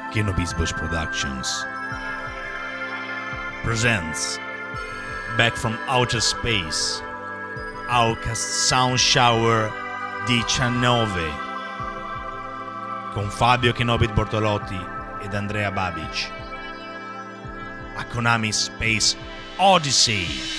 Keno Bisbosch Productions presents Back from Outer Space, Outcast Sound Shower 19, con Fabio Kenobit Bortolotti ed Andrea Babic, a Konami Space Odyssey.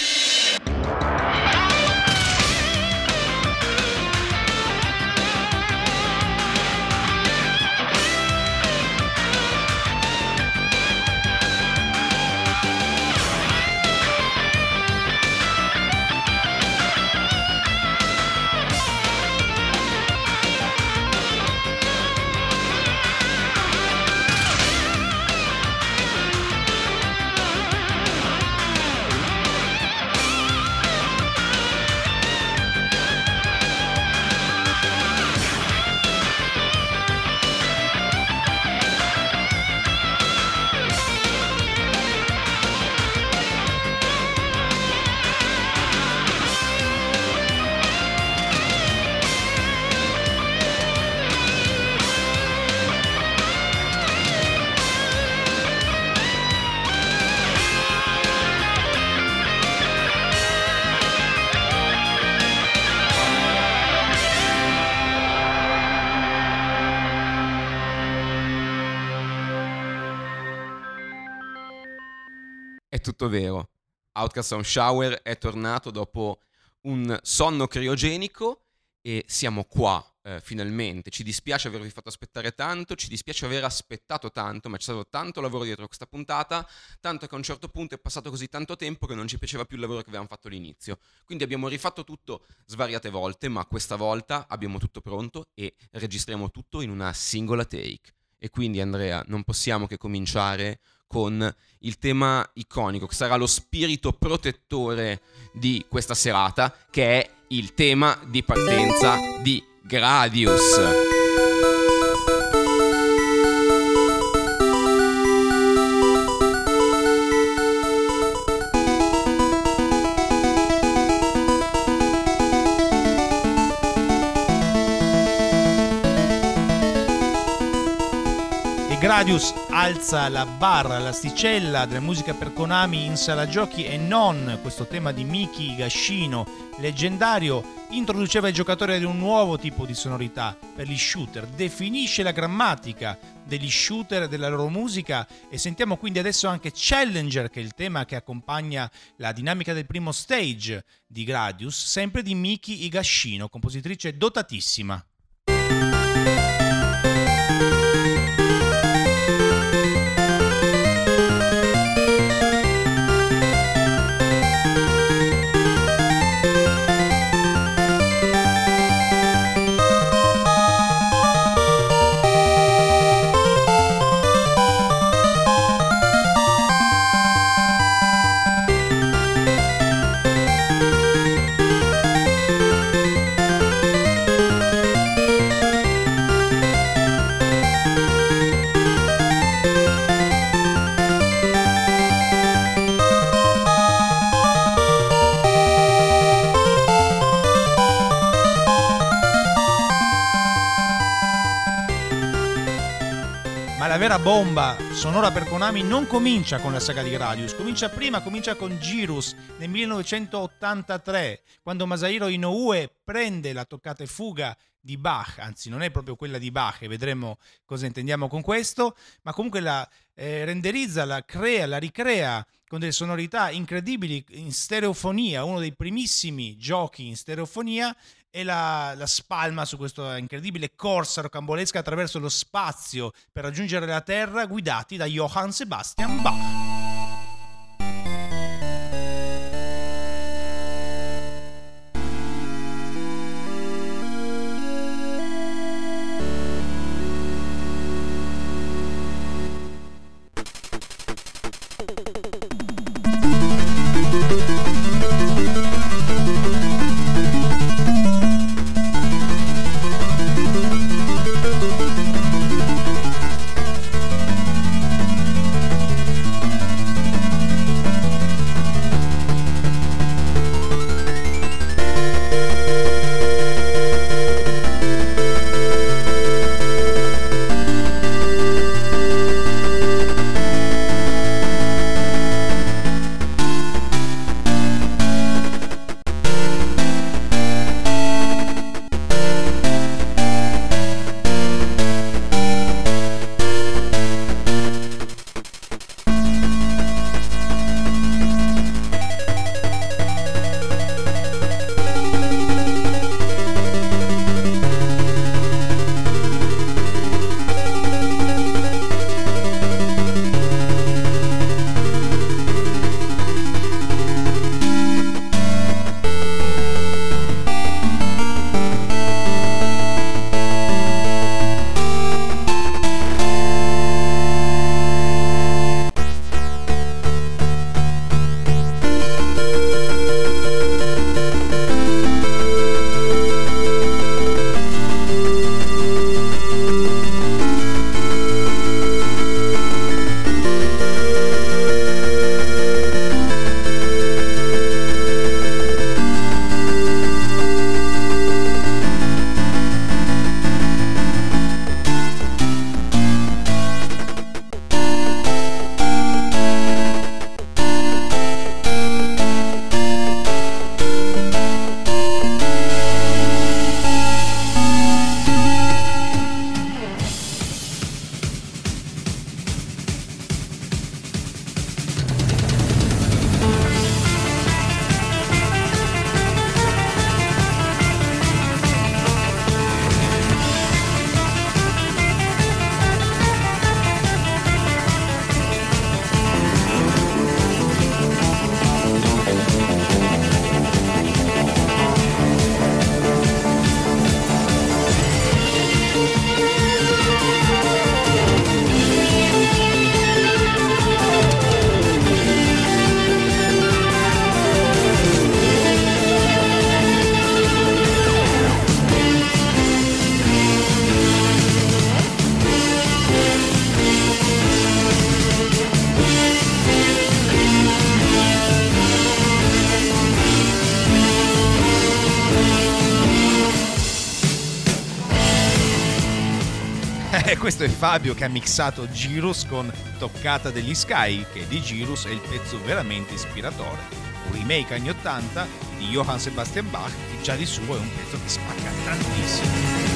È tutto vero. Outcast Sound Shower è tornato dopo un sonno criogenico e siamo qua finalmente. Ci dispiace avervi fatto aspettare tanto, ci dispiace aver aspettato tanto, ma c'è stato tanto lavoro dietro questa puntata, tanto che a un certo punto è passato così tanto tempo che non ci piaceva più il lavoro che avevamo fatto all'inizio. Quindi abbiamo rifatto tutto svariate volte, ma questa volta abbiamo tutto pronto e registriamo tutto in una singola take. E quindi, Andrea, non possiamo che cominciare con il tema iconico, che sarà lo spirito protettore di questa serata, che è il tema di partenza di Gradius. Gradius alza la barra, l'asticella della musica per Konami in sala giochi, e non questo tema di Miki Higashino, leggendario, introduceva il giocatore ad un nuovo tipo di sonorità per gli shooter, definisce la grammatica degli shooter e della loro musica, e sentiamo quindi adesso anche Challenger, che è il tema che accompagna la dinamica del primo stage di Gradius, sempre di Miki Higashino, compositrice dotatissima. La vera bomba sonora per Konami non comincia con la saga di Gradius, comincia con Girus nel 1983, quando Masahiro Inoue prende la toccata e fuga di Bach, anzi non è proprio quella di Bach, e vedremo cosa intendiamo con questo, ma comunque la renderizza, la crea, la ricrea con delle sonorità incredibili in stereofonia, uno dei primissimi giochi in stereofonia, e la spalma su questa incredibile corsa rocambolesca attraverso lo spazio per raggiungere la Terra, guidati da Johann Sebastian Bach. E questo è Fabio che ha mixato Girus con Toccata degli Sky, che di Girus è il pezzo veramente ispiratore. Un remake anni 80 di Johann Sebastian Bach, che già di suo è un pezzo che spacca tantissimo.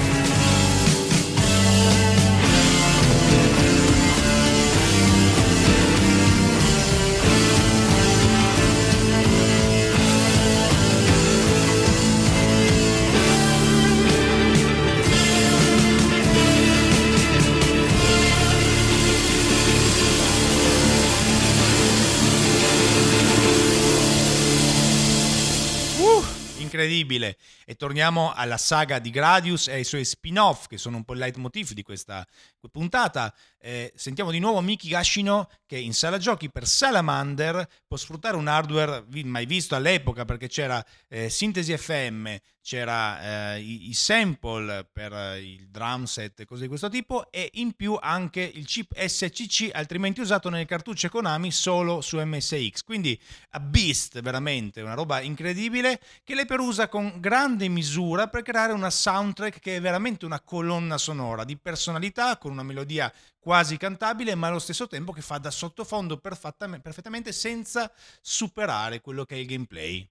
Incredibile. E torniamo alla saga di Gradius e ai suoi spin-off, che sono un po' il leitmotiv di questa puntata. Sentiamo di nuovo Miki Gashino, che in sala giochi per Salamander può sfruttare un hardware mai visto all'epoca, perché c'era sintesi FM, c'era i sample per il drum set e cose di questo tipo, e in più anche il chip SCC, altrimenti usato nelle cartucce Konami solo su MSX. Quindi a beast, veramente una roba incredibile, che l'Eper usa con grande misura per creare una soundtrack che è veramente una colonna sonora di personalità, con una melodia quasi cantabile, ma allo stesso tempo che fa da sottofondo perfettamente senza superare quello che è il gameplay.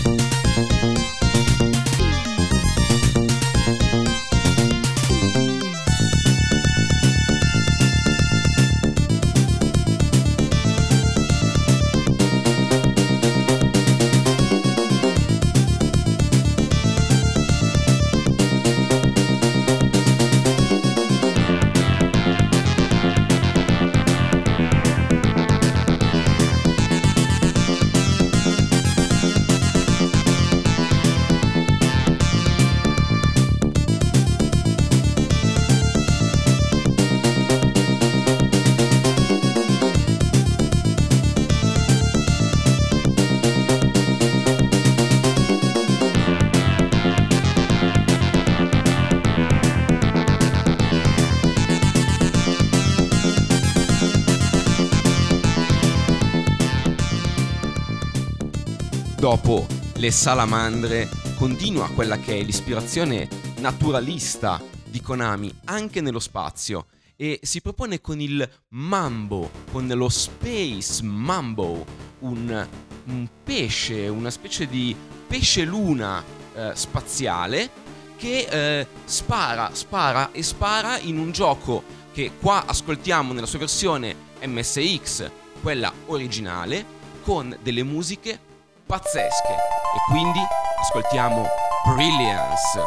Dopo le salamandre continua quella che è l'ispirazione naturalista di Konami anche nello spazio, e si propone con il Mambo, con lo Space Mambo, un pesce, una specie di pesce luna spaziale che spara in un gioco che qua ascoltiamo nella sua versione MSX, quella originale, con delle musiche pazzesche. E quindi ascoltiamo Brilliance.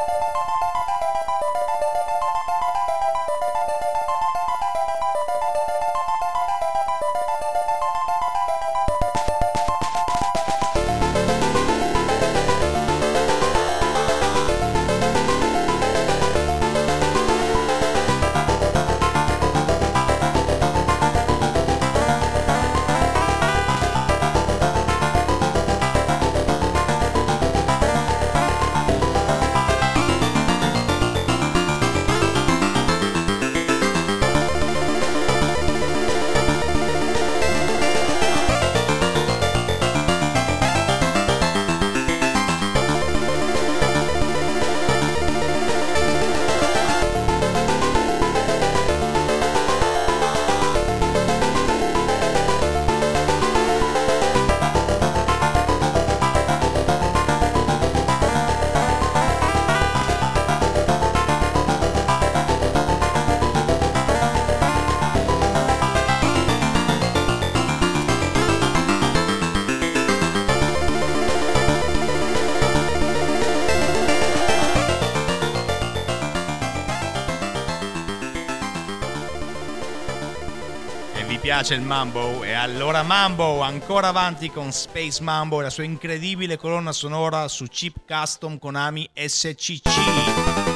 Piace il Mambo? E allora Mambo ancora avanti con Space Mambo e la sua incredibile colonna sonora su chip custom Konami SCC.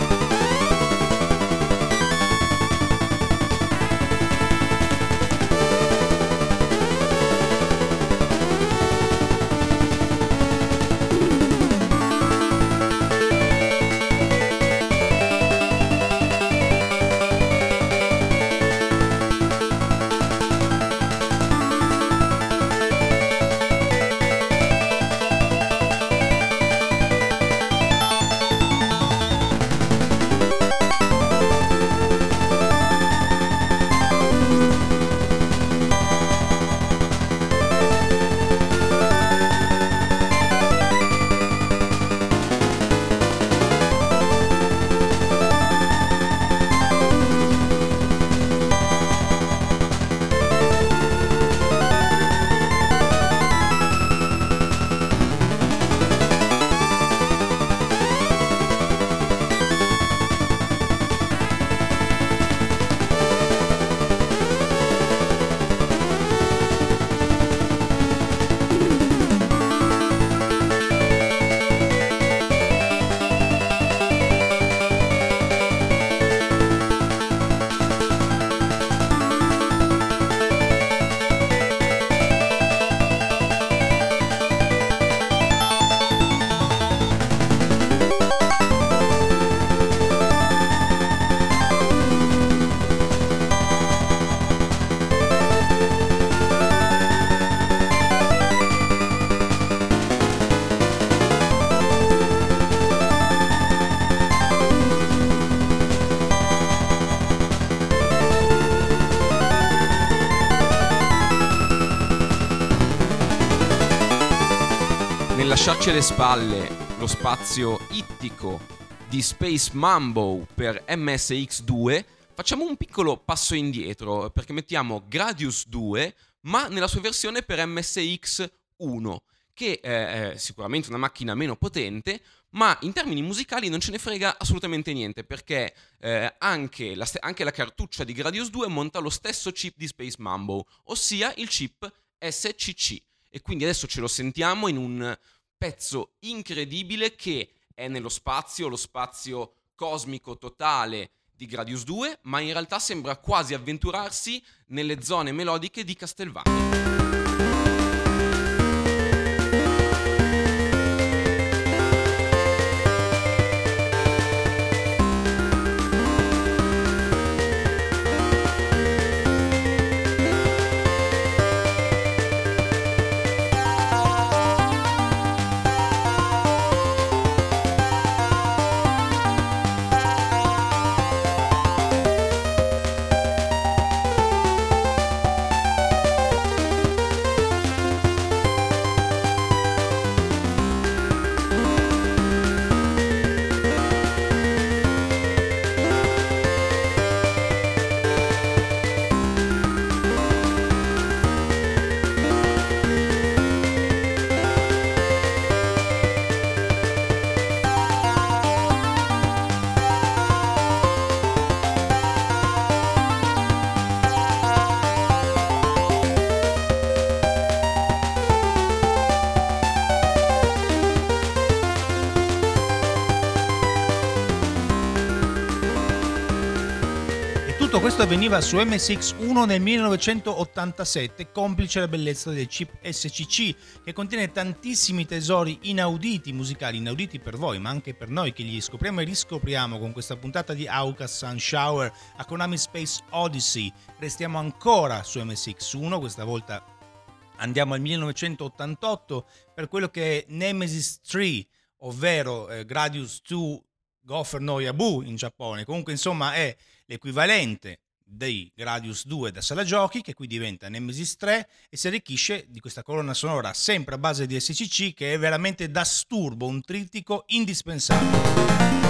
lasciarci alle spalle lo spazio ittico di Space Mambo per MSX2, facciamo un piccolo passo indietro perché mettiamo Gradius 2, ma nella sua versione per MSX1, che è sicuramente una macchina meno potente, ma in termini musicali non ce ne frega assolutamente niente, perché anche la cartuccia di Gradius 2 monta lo stesso chip di Space Mambo, ossia il chip SCC. E quindi adesso ce lo sentiamo in un pezzo incredibile che è nello spazio, lo spazio cosmico totale di Gradius 2, ma in realtà sembra quasi avventurarsi nelle zone melodiche di Castlevania. Tutto questo avveniva su MSX1 nel 1987, complice la bellezza del chip SCC, che contiene tantissimi tesori inauditi musicali, inauditi per voi, ma anche per noi che li scopriamo e riscopriamo con questa puntata di Outcast Sun Shower a Konami Space Odyssey. Restiamo ancora su MSX1, questa volta andiamo al 1988 per quello che è Nemesis 3, ovvero Gradius 2 Gopher no Yabu in Giappone. Comunque insomma è l'equivalente dei Gradius 2 da sala giochi, che qui diventa Nemesis 3 e si arricchisce di questa colonna sonora sempre a base di SCC, che è veramente da sturbo, un trittico indispensabile.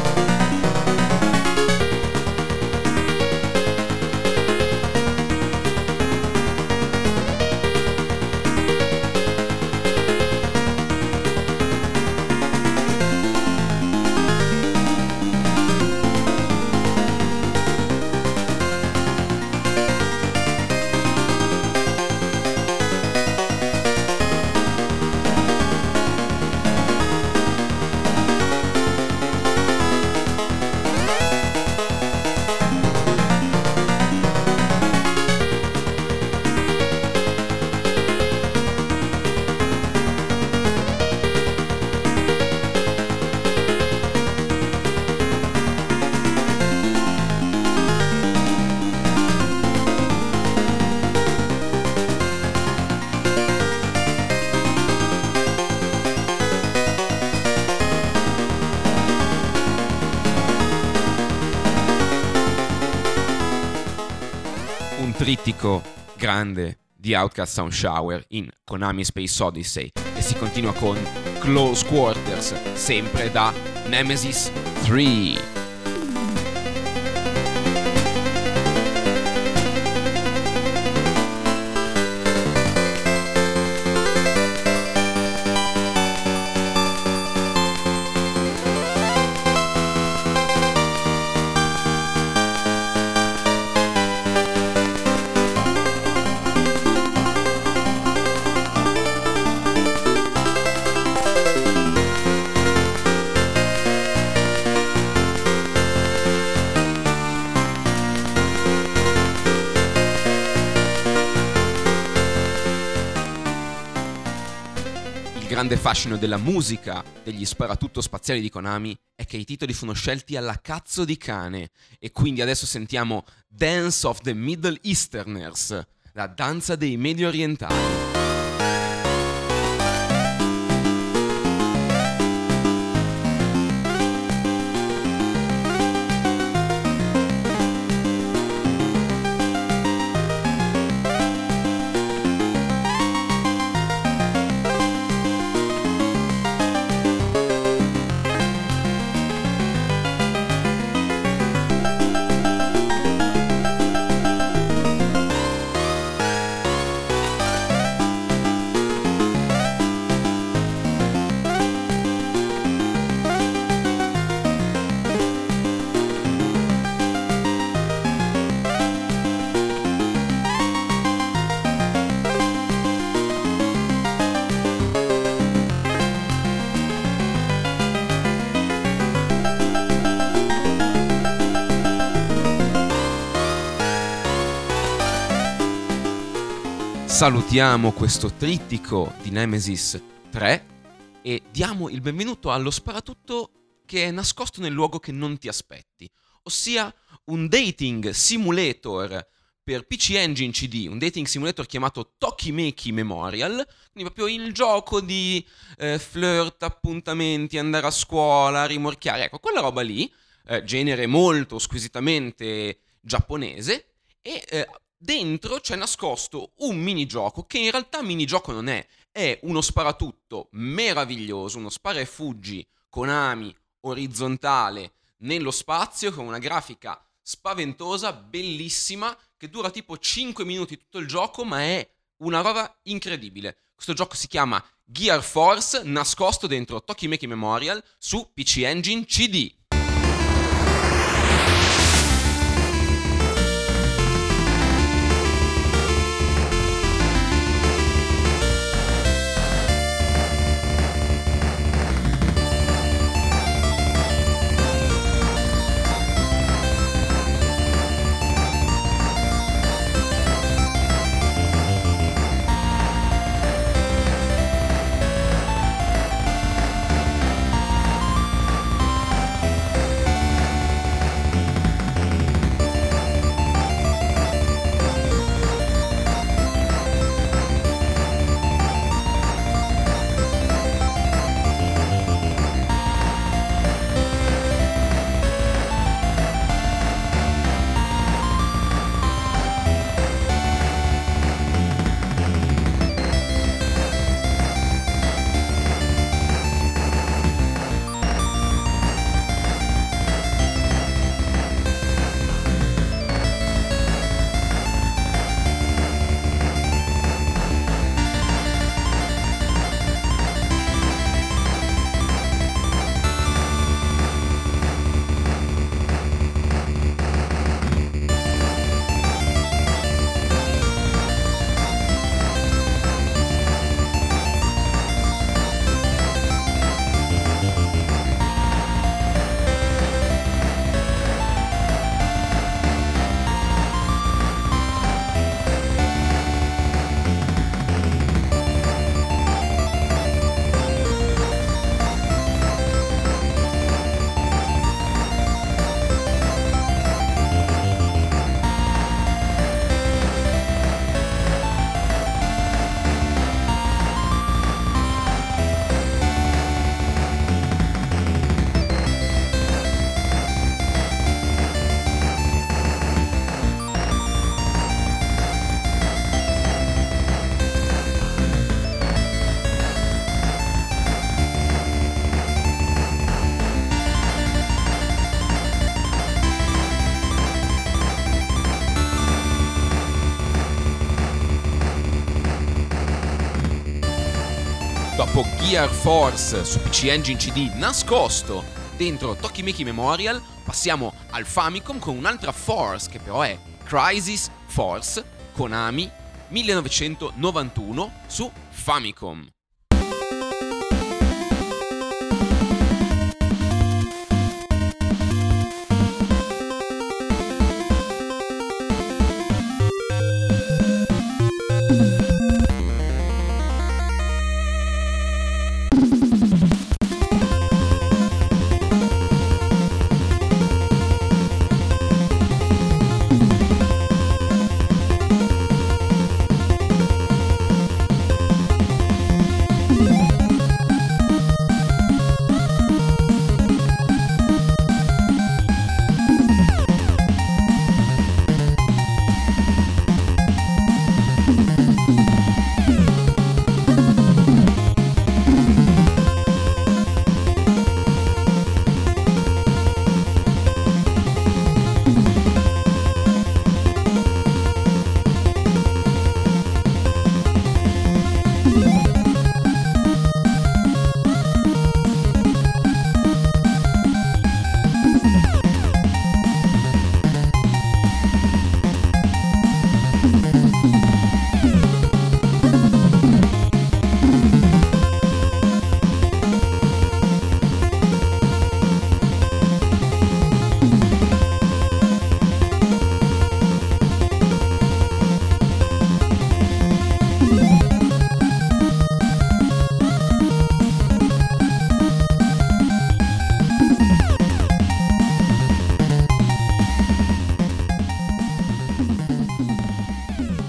Trittico grande di Outcast Sound Shower in Konami Space Odyssey, e si continua con Close Quarters, sempre da Nemesis 3. Il grande fascino della musica degli sparatutto spaziali di Konami è che i titoli sono scelti alla cazzo di cane, e quindi adesso sentiamo Dance of the Middle Easterners, la danza dei medio orientali. salutiamo questo trittico di Nemesis 3 e diamo il benvenuto allo sparatutto che è nascosto nel luogo che non ti aspetti, ossia un dating simulator per PC Engine CD, un dating simulator chiamato Tokimeki Memorial, quindi proprio il gioco di flirt, appuntamenti, andare a scuola, rimorchiare, ecco, quella roba lì, genere molto squisitamente giapponese, e dentro c'è nascosto un minigioco che in realtà minigioco non è uno sparatutto meraviglioso, uno spara e fuggi Konami orizzontale nello spazio con una grafica spaventosa, bellissima, che dura tipo 5 minuti tutto il gioco, ma è una roba incredibile. Questo gioco si chiama Gear Force, nascosto dentro Tokimeki Memorial su PC Engine CD. Dopo Gear Force su PC Engine CD nascosto dentro Tokimeki Memorial, passiamo al Famicom con un'altra Force che però è Crisis Force Konami 1991 su Famicom.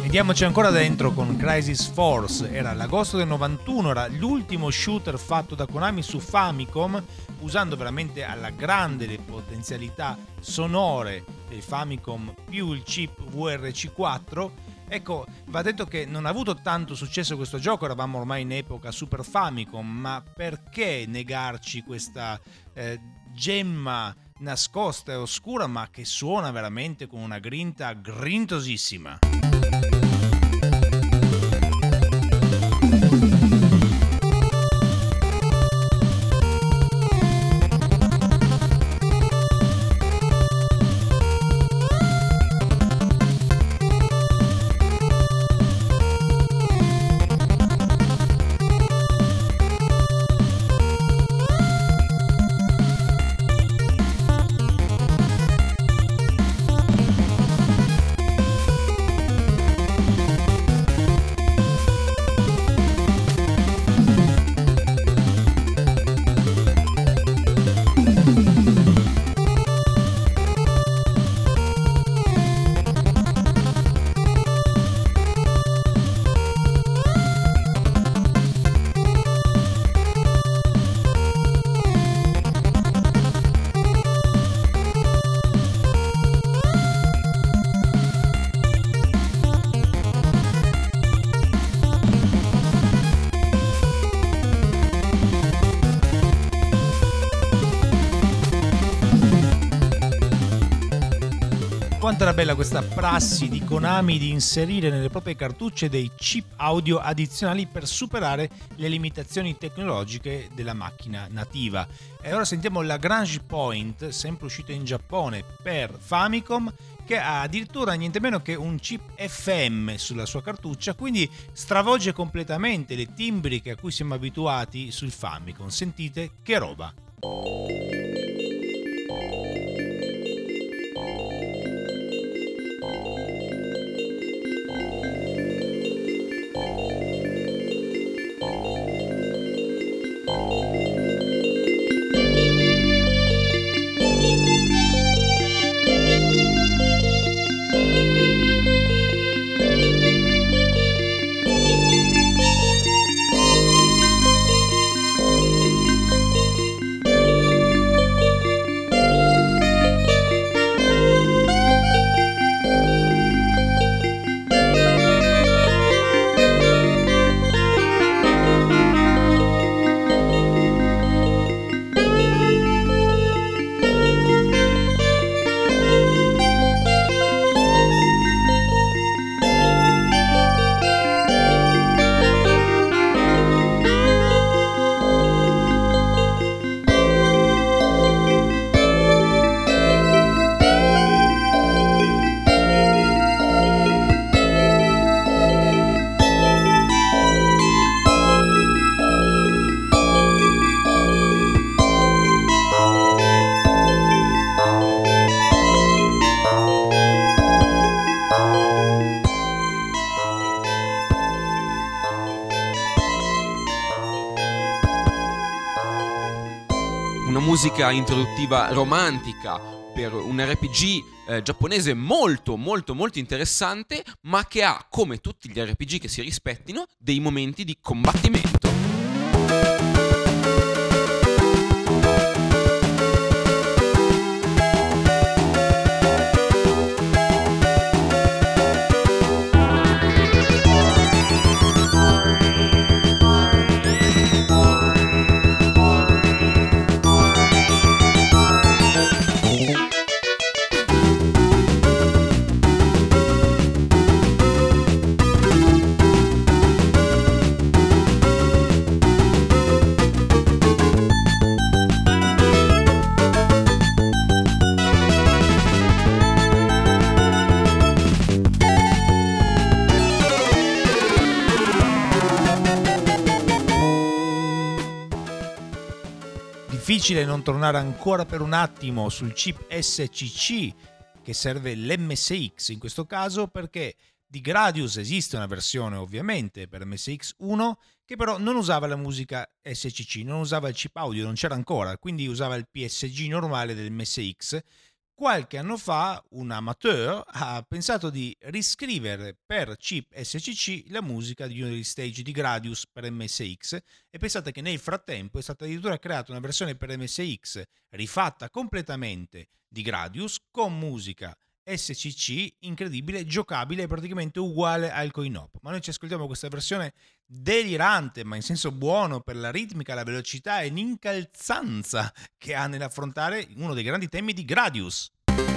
Andiamoci ancora dentro con Crisis Force. Era l'agosto del 91, era l'ultimo shooter fatto da Konami su Famicom, usando veramente alla grande le potenzialità sonore del Famicom più il chip VRC4. Ecco, va detto che non ha avuto tanto successo questo gioco, eravamo ormai in epoca Super Famicom, ma perché negarci questa gemma nascosta e oscura, ma che suona veramente con una grinta grintosissima? Quanto era bella questa prassi di Konami di inserire nelle proprie cartucce dei chip audio addizionali per superare le limitazioni tecnologiche della macchina nativa. E ora sentiamo la Lagrange Point, sempre uscita in Giappone per Famicom, che ha addirittura niente meno che un chip FM sulla sua cartuccia, quindi stravolge completamente le timbriche a cui siamo abituati sul Famicom. Sentite che roba! Musica introduttiva romantica per un RPG giapponese molto interessante, ma che ha, come tutti gli RPG che si rispettino, dei momenti di combattimento. Difficile non tornare ancora per un attimo sul chip SCC che serve l'MSX in questo caso, perché di Gradius esiste una versione ovviamente per MSX1 che però non usava la musica SCC, non usava il chip audio, non c'era ancora, quindi usava il PSG normale del MSX. qualche anno fa un amateur ha pensato di riscrivere per chip SCC la musica di uno degli stage di Gradius per MSX, e pensate che nel frattempo è stata addirittura creata una versione per MSX rifatta completamente di Gradius con musica SCC incredibile, giocabile e praticamente uguale al coin-op. Ma noi ci ascoltiamo questa versione delirante, ma in senso buono, per la ritmica, la velocità e l'incalzanza che ha nell'affrontare uno dei grandi temi di Gradius.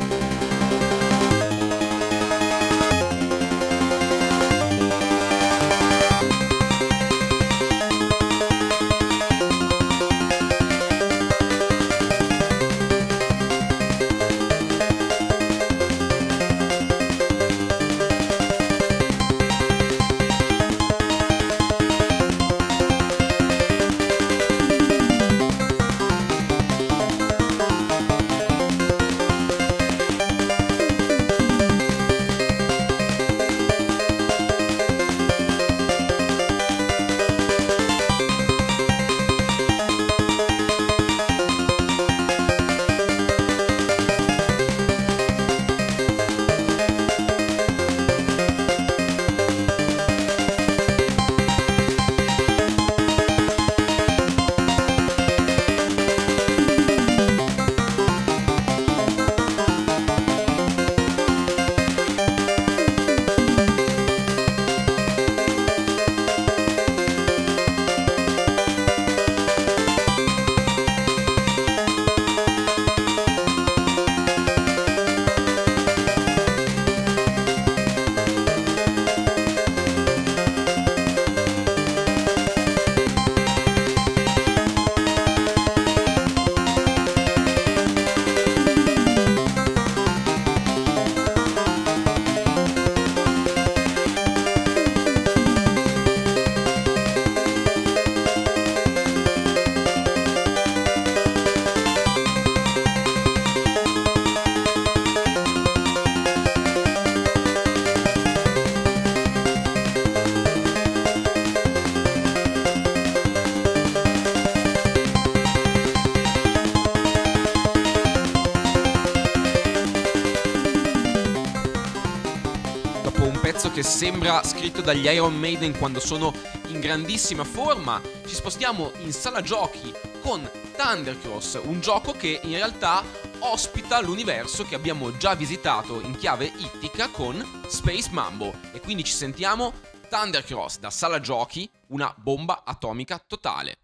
Che sembra scritto dagli Iron Maiden quando sono in grandissima forma, ci spostiamo in sala giochi con Thundercross, un gioco che in realtà ospita l'universo che abbiamo già visitato in chiave ittica con Space Mambo, e quindi ci sentiamo Thundercross da sala giochi, una bomba atomica totale.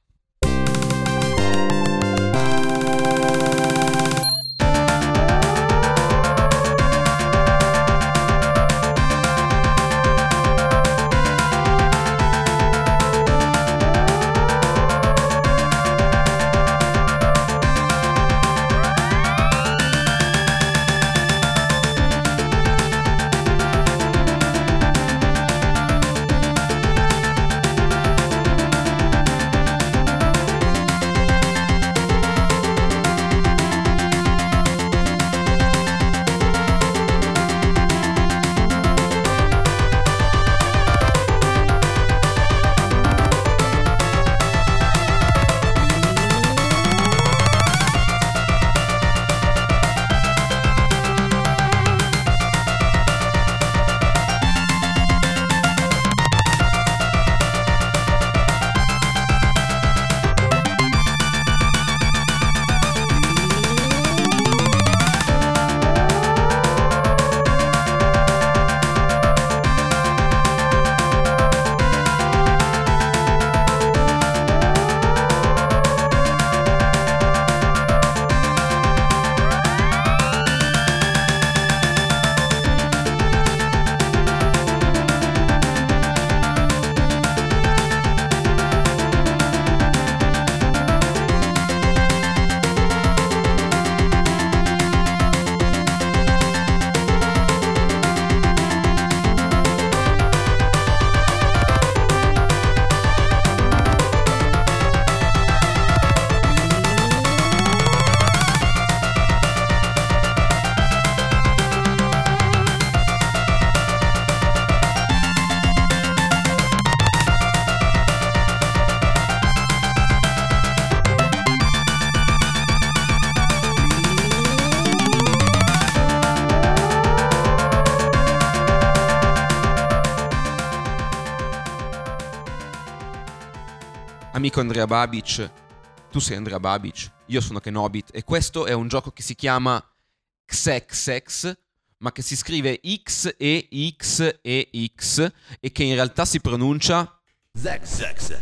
Amico Andrea Babic, tu sei Andrea Babic, io sono Kenobit e questo è un gioco che si chiama Xexex, ma che si scrive X-E-X-E-X e che in realtà si pronuncia Zex.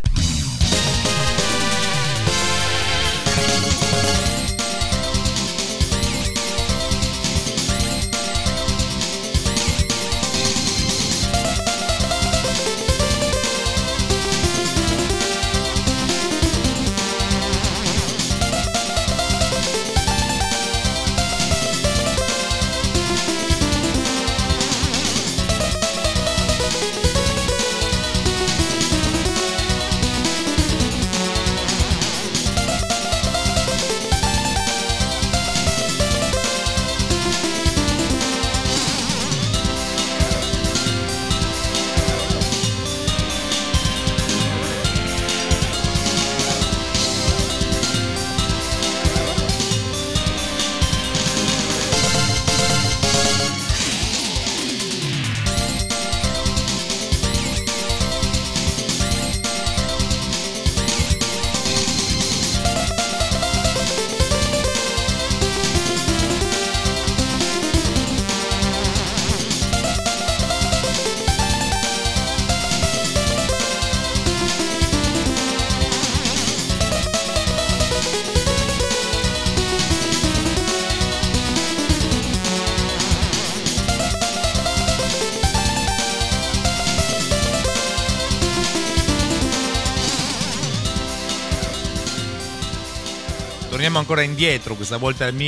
Torniamo ancora indietro, questa volta al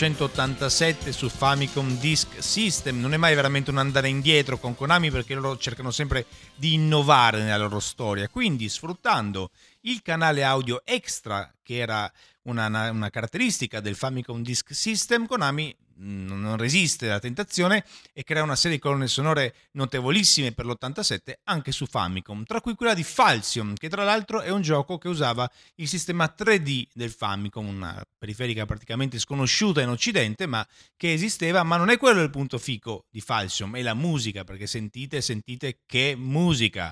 1987 su Famicom Disk System. Non è mai veramente un andare indietro con Konami, perché loro cercano sempre di innovare nella loro storia. Quindi, sfruttando il canale audio extra, che era una caratteristica del Famicom Disk System, Konami non resiste alla tentazione e crea una serie di colonne sonore notevolissime per l'87 anche su Famicom, tra cui quella di Falsion, che tra l'altro è un gioco che usava il sistema 3D del Famicom, una periferica praticamente sconosciuta in Occidente, ma che esisteva. Ma non è quello il punto fico di Falsion, è la musica, perché sentite che musica!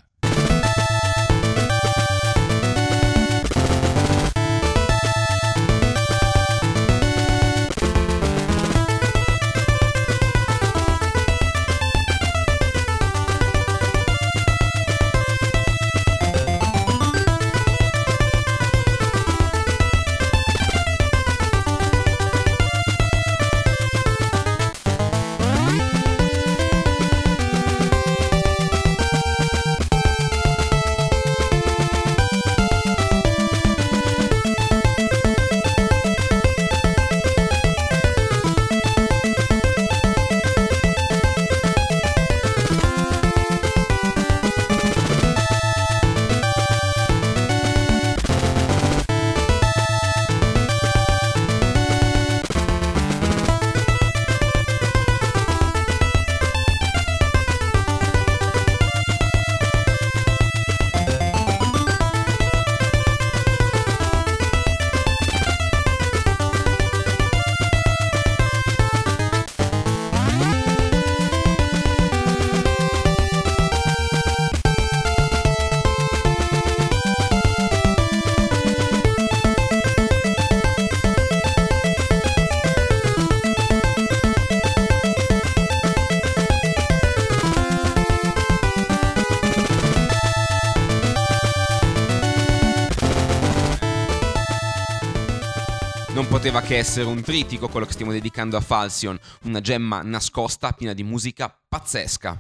Non poteva che essere un trittico quello che stiamo dedicando a Falsion, una gemma nascosta piena di musica pazzesca.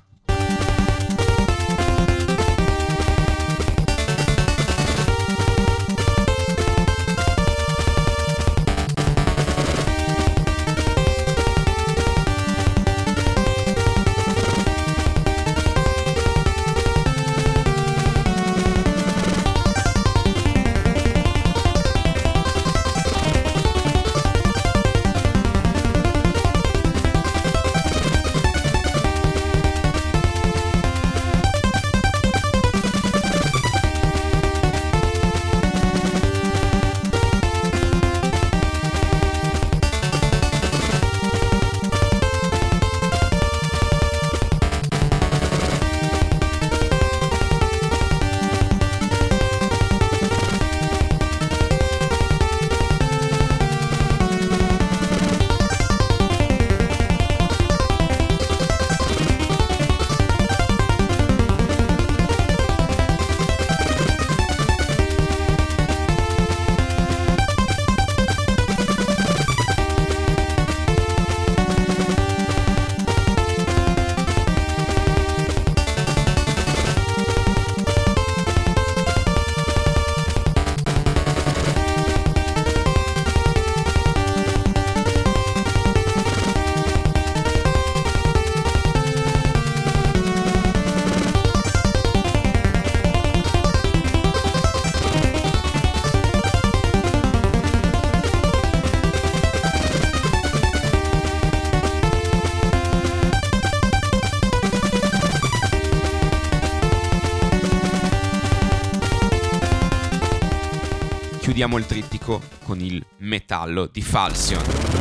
chiudiamo il trittico con il metallo di Falsion.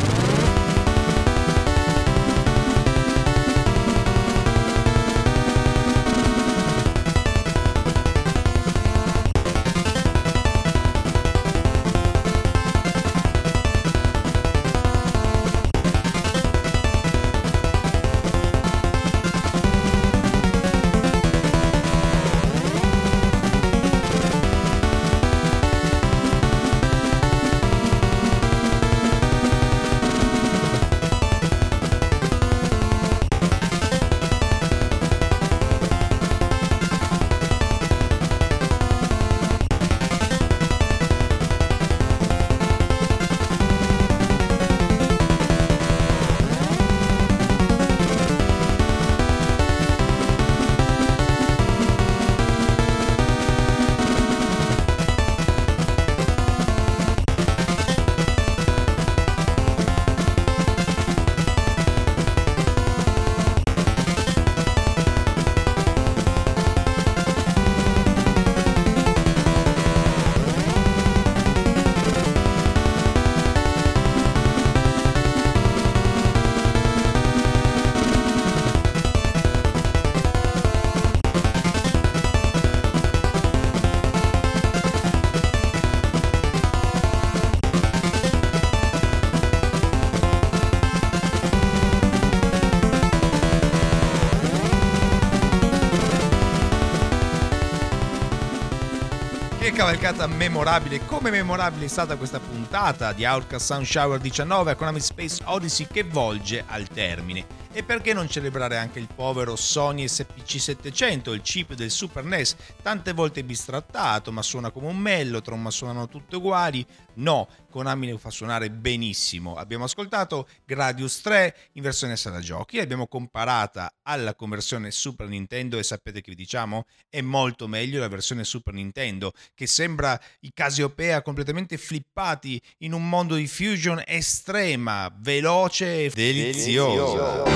Cavalcata memorabile, come memorabile è stata questa puntata di Outcast Sound Shower 19 a Konami Space Odyssey che volge al termine. E perché non celebrare anche il povero Sony SPC 700, il chip del Super NES, tante volte bistrattato, ma suona come un mellotron, ma suonano tutte uguali? No, Konami lo fa suonare benissimo. Abbiamo ascoltato Gradius 3 in versione sala giochi, l'abbiamo comparata alla conversione Super Nintendo e sapete che vi diciamo? È molto meglio la versione Super Nintendo, che sembra i Casiopea completamente flippati in un mondo di fusion estrema, veloce e deliziosa.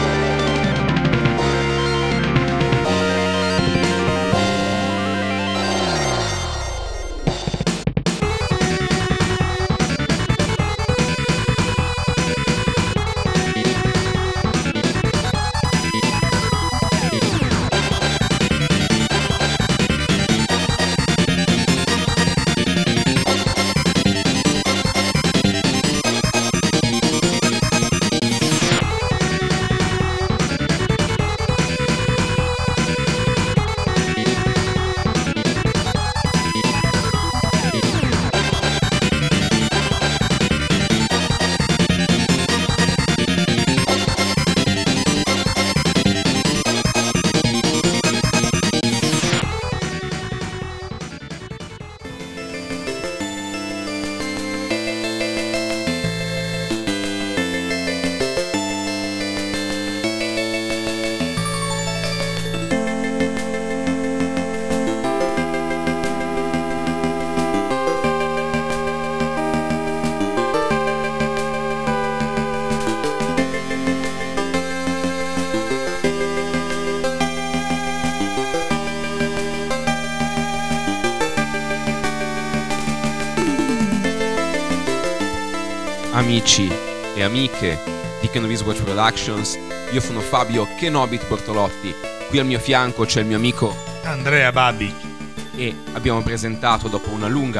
Amici e amiche di Kenobi's Watch Productions, io sono Fabio Kenobit Bortolotti, qui al mio fianco c'è il mio amico Andrea Babic e abbiamo presentato dopo una lunga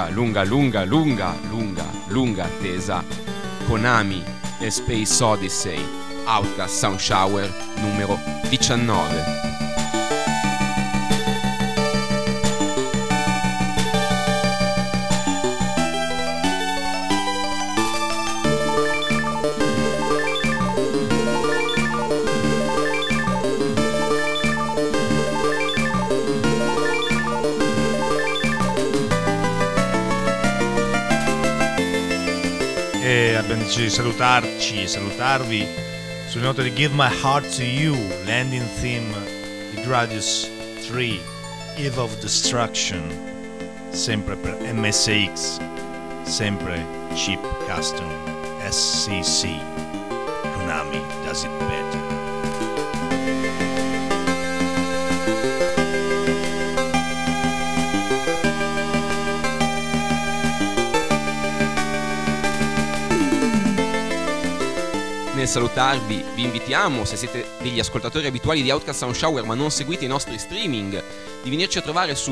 attesa Konami e Space Odyssey Outcast Sound Shower numero 19. Abbiamo deciso di salutarci e salutarvi sulle note di Give My Heart to You, landing theme di Gradius 3, Eve of Destruction, sempre per MSX, sempre Chip Custom SCC. Konami does it better. nel salutarvi vi invitiamo, se siete degli ascoltatori abituali di Outcast Sound Shower ma non seguite i nostri streaming, di venirci a trovare su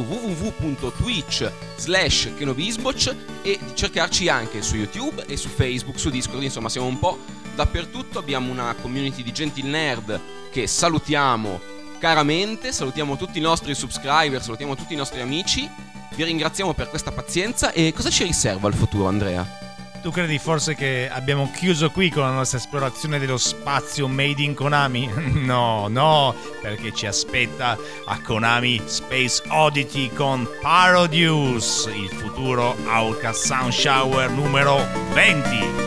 www.twitch/kenobisboch e di cercarci anche su YouTube e su Facebook, su Discord, insomma siamo un po' dappertutto. Abbiamo una community di Gentil Nerd che salutiamo caramente, salutiamo tutti i nostri subscriber, salutiamo tutti i nostri amici, vi ringraziamo per questa pazienza. E cosa ci riserva il futuro, Andrea? Tu credi forse che abbiamo chiuso qui con la nostra esplorazione dello spazio made in Konami? No, perché ci aspetta a Konami Space Oddity con Parodius, il futuro Outcast Sound Shower numero 20.